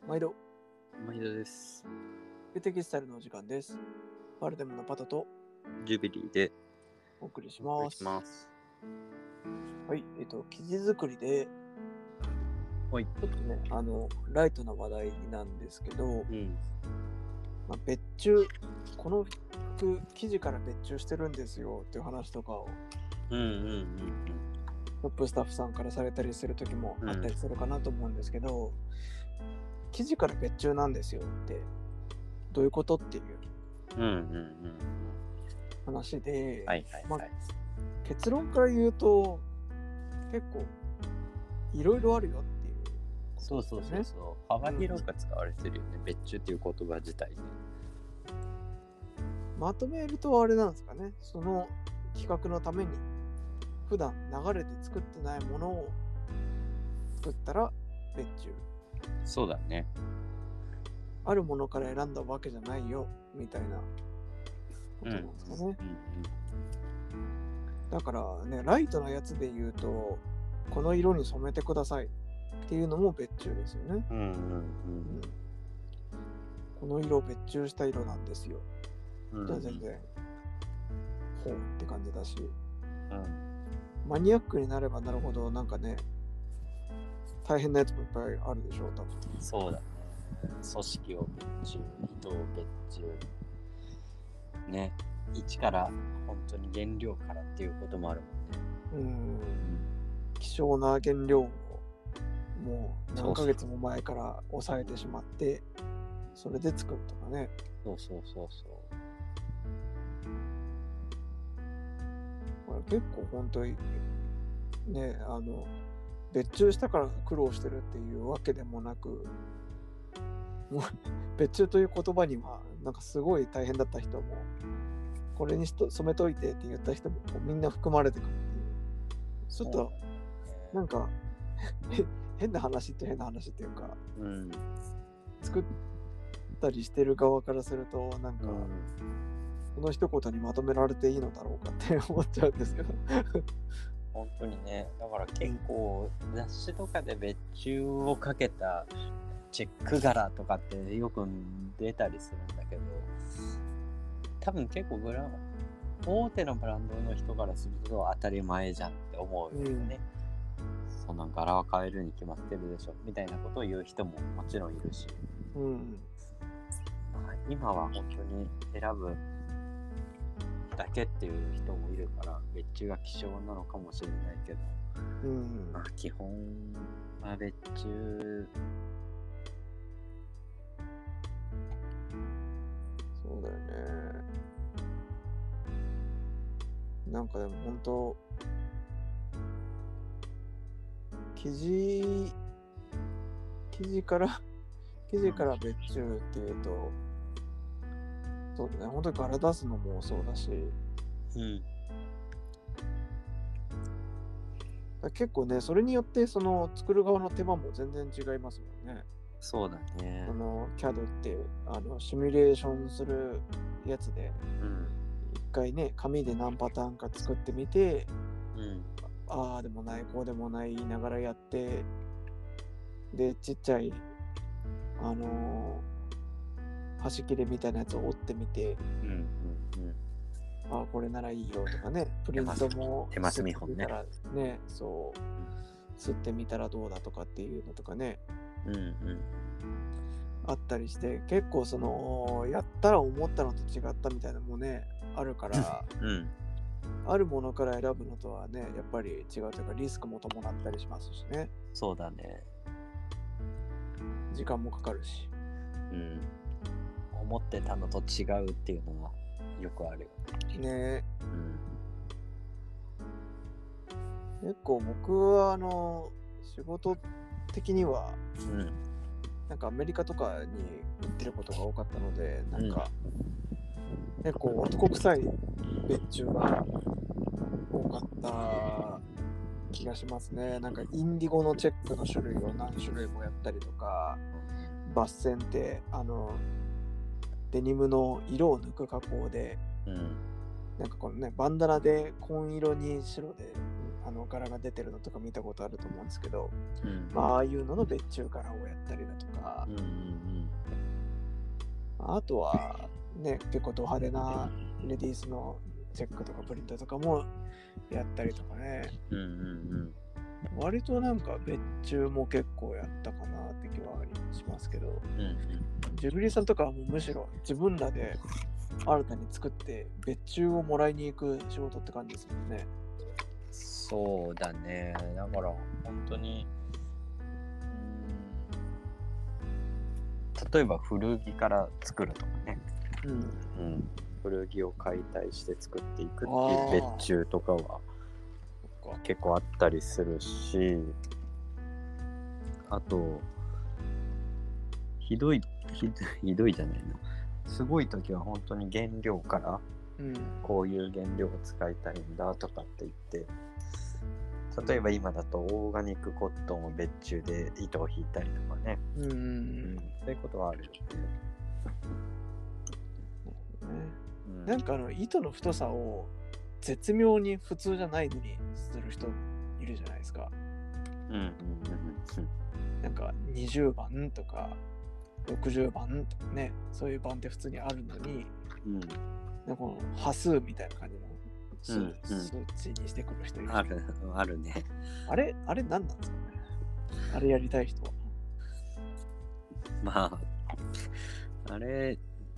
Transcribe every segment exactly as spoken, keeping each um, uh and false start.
毎度、 毎度です。 テテキスタイルのお時間です。パルデムのパトとジュビリーでお送りしお送ります。 します。 はい、えっと、記事作りで、 はい。 ちょっとね、あの、ライトな話題なんですけど、 うん。 まあ、別注、この服、生地から別注してるんですよっていう話とかを、 うんうんうんトップスタッフさんからされたりする時もあったりするかなと思うんですけど、うん、生地から別注なんですよってどういうことっていううんうんうんうん話で、 はいはいまあ、 はい。 結論から言うと結構いろいろあるよっていうそうそうそうそう。幅広く使われてるよね。 うん、 別注っていう言葉自体ね。 まとめるとあれなんですかね。その企画のために普段流れて作ってないものを作ったら別注。 そうだね。 あるものから選んだわけじゃないよみたいなことなんですかね。うんうんうん、だからね、ライトなやつで言うと、この色に染めてくださいっていうのも別注ですよね。 うんうんうんうん、 この色別注した色なんですよ。 うんうん、 じゃあ全然ほうって感じだし、 うん、 マニアックになればなるほどなんかね、大変なやつもいっぱいあるでしょう、多分。 そうだね。組織を別注、糸を別注。ね。一から本当に原料からっていうこともあるもんね。 うん。希少な原料をもう何ヶ月も前から抑えてしまって、それで作るとかね。 そうそうそうそう。 これ結構本当にね、あの別注したから苦労してるっていうわけでもなく、もう別注という言葉にはなんかすごい大変だった人も、これにしと染めといてって言った人もみんな含まれてくるっていう、ちょっとなんか変な話って変な話っていうか、 うん、 作ったりしてる側からするとなんか、うん、この一言にまとめられていいのだろうかって思っちゃうんですけど本当にね。だから結構雑誌とかで別注をかけたチェック柄とかってよく出たりするんだけど、多分結構ブラ大手のブランドの人からすると当たり前じゃんって思うよね、うん、その柄は変えるに決まってるでしょみたいなことを言う人ももちろんいるし、うんまあ、今は本当に選ぶだけっていう人もいるから別注が希少なのかもしれないけど、うんまあ、基本は別注。 そうだよね。なんかでも本当生地生地から生地から別注っていうと、そうだね、本当に柄出すのもそうだし、うん、だ結構ね、それによってその作る側の手間も全然違いますもんね。 そうだね。 その キャド ってあのシミュレーションするやつで、うん、一回ね紙で何パターンか作ってみて、うん、ああでもないこうでもない言いながらやって、でちっちゃいあのー、端切れみたいなやつを折ってみて、うんうんうん、ああこれならいいよとかね、プリントも手ますみ本ね、 ね、そう吸ってみたらどうだとかっていうのとかね、うんうん、あったりして、結構そのやったら思ったのと違ったみたいなのもねあるから、うん、あるものから選ぶのとはねやっぱり違うというかリスクも伴ったりしますしね。 そうだね。 時間もかかるし、 うん、思ってたのと違うっていうのはよくあるよね。 ね、うん、結構僕はあの仕事的には、うん、なんかアメリカとかに行ってることが多かったので、なんか、うん、結構男臭い別注が多かった気がしますね。なんかインディゴのチェックの種類を何種類もやったりとか、抜線ってあのデニムの色を抜く加工で、うん、なんかこのねバンダナで紺色に白であの柄が出てるのとか見たことあると思うんですけど、 うん、 まあ、ああいうのの別注柄をやったりだとか、 うんうんうん、あとはね、結構ド派手なレディースのチェックとかプリントとかもやったりとかね、 うんうんうん割となんか別注も結構やったかなって気はしますけど、 うんうんジュビリーさんとかはもうむしろ自分らで新たに作って別注をもらいに行く仕事って感じですもんね。 そうだね。だから本当に、うん、例えば古着から作るとかね、 うんうん、古着を解体して作っていくっていう別注とかは結構あったりするし、あとひどいひどいひどいじゃないの。すごい時は本当に原料から、 うん、 こういう原料を使いたいんだとかって言って、例えば今だとオーガニックコットンを別注で糸を引いたりとかね、 うんうんうんうん、そういうことはあるよね。 うん、なんかあの糸の太さを絶妙に普通じゃないのにする人いるじゃないですか。 うんうんうんうん、 なんかにじゅうばんとかろくじゅうばんとかね、そういう番って普通にあるのに、うん、なんかこの端数みたいな感じの数、うんうん、数値にしてくる人いる。 あるあるね。 あれあれ何なんですかね。あれやりたい人は。 まああれ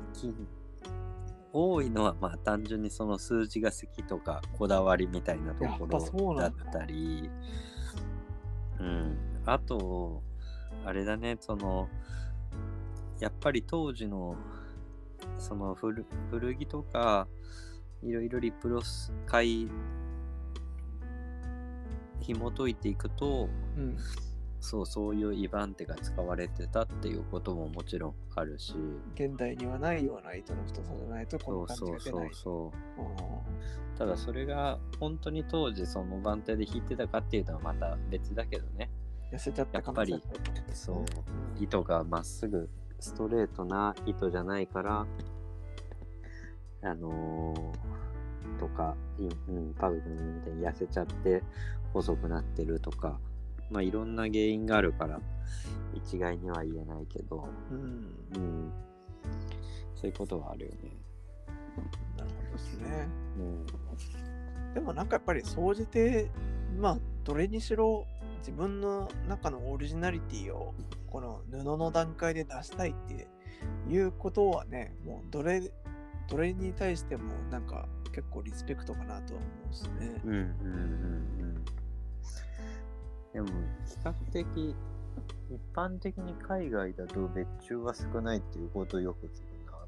多いのはまあ単純にその数字が好きとかこだわりみたいなところだったり、うん、あとあれだね、そのやっぱり当時のその 古, 古着とかいろいろリプロス買紐解いていくと、うん、そうそういうイバンテが使われてたっていうことももちろんあるし、 現代にはないような糸の太さじゃないとこの感じが出ない。そうそうそう。ただそれが本当に当時その番手で引いてたかっていうのはまた別だけどね。 痩せちゃったかもしれない。 やっぱりそう、うん、糸がまっすぐストレートな糸じゃないからあのー、とか、うん、パブ君みたいに痩せちゃって細くなってるとか、まあいろんな原因があるから一概には言えないけど、うんうん、そういうことはあるよね。 なるほどですね、うん、でもなんかやっぱり総じてまあどれにしろ自分の中のオリジナリティをこの布の段階で出したいっていうことはね、もうどれどれに対してもなんか結構リスペクトかなとは思うんですね。うんうんうんうん。 でも比較的一般的に海外だと別注は少ないっていうことをよく聞くな。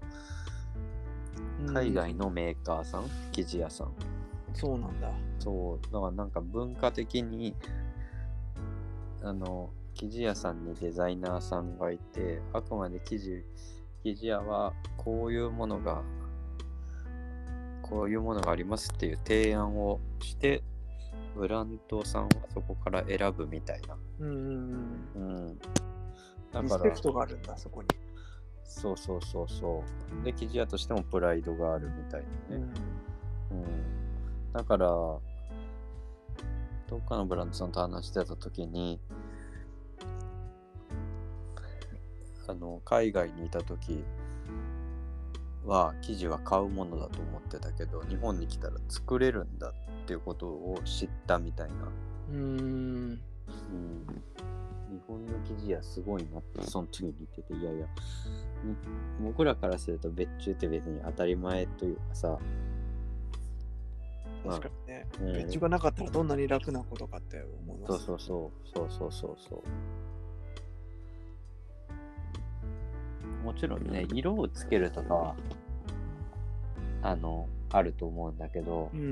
あの海外のメーカーさん、うん、生地屋さん。 そうなんだ。 そうだからなんか文化的にあの生地屋さんにデザイナーさんがいて、あくまで生地生地屋はこういうものがこういうものがありますっていう提案をしてブランドさんはそこから選ぶみたいな。うんうんうん。 だからリスペクトがあるんだそこに。 そうそうそうそう。で生地屋としてもプライドがあるみたいなね。うん。うん、だからどっかのブランドさんと話してた時に、あの海外にいた時は生地は買うものだと思ってたけど、日本に来たら作れるんだっていうことを知ったみたいな。うーん、うん、日本の生地屋すごいなってその時に言ってて、いやいや僕らからすると別注って別に当たり前というかさ、 確かにね、まあ、別注がなかったらどんなに楽なことかって思います、ね、 そうそうそうそうそうそうそう。もちろんね、色をつけるとかはあのあると思うんだけど、うんうん、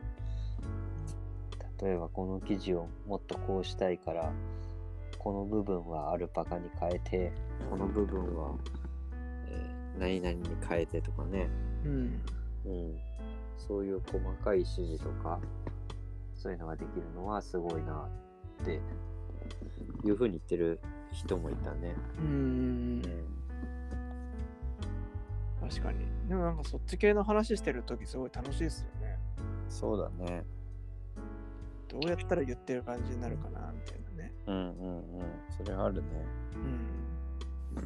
例えばこの生地をもっとこうしたいからこの部分はアルパカに変えてこの部分は、えー、何々に変えてとかね、うんうん、そういう細かい指示とかそういうのができるのはすごいなっていう風に言ってる人もいたね。うん、うん確かに。でもなんかそっち系の話してるときすごい楽しいですよね。 そうだね。 どうやったら言ってる感じになるかなみたいなね。 うんうんうん。それはあるね。 うん。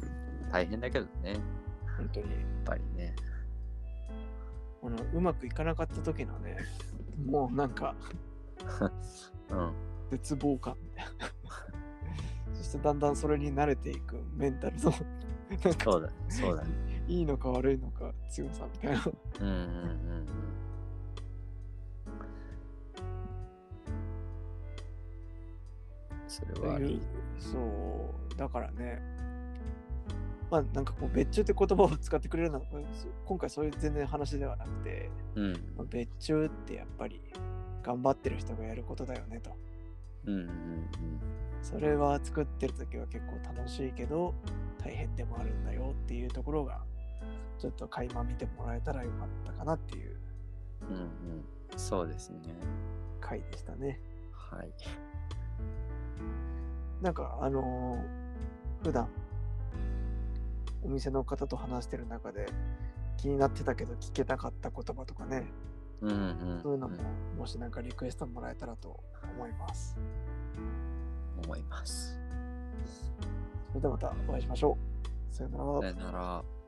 大変だけどね。 本当に。 やっぱりね。 あのうまくいかなかった時のね、もうなんか、 うん、 絶望感みたいな。そしてだんだんそれに慣れていくメンタルのなんかそうだね、そうだね。 いいのか悪いのか強さみたいな。 うんうんうんうん。それはある。 そうだからね。まあなんかこう別注って言葉を使ってくれるのは今回そういう全然話ではなくて、 うんまあ、別注ってやっぱり頑張ってる人がやることだよねと。 うんうんうん。 それは作ってる時は結構楽しいけど大変でもあるんだよっていうところがちょっと垣間見てもらえたらよかったかなっていう、 うんうん、そうですね。 回でしたね。 はい。 なんかあのー、普段お店の方と話してる中で気になってたけど聞けなかった言葉とかね、 うんうん、 そういうのももしなんかリクエストもらえたらと思います。 思います。 それではまたお会いしましょう。さよなら。 さよなら。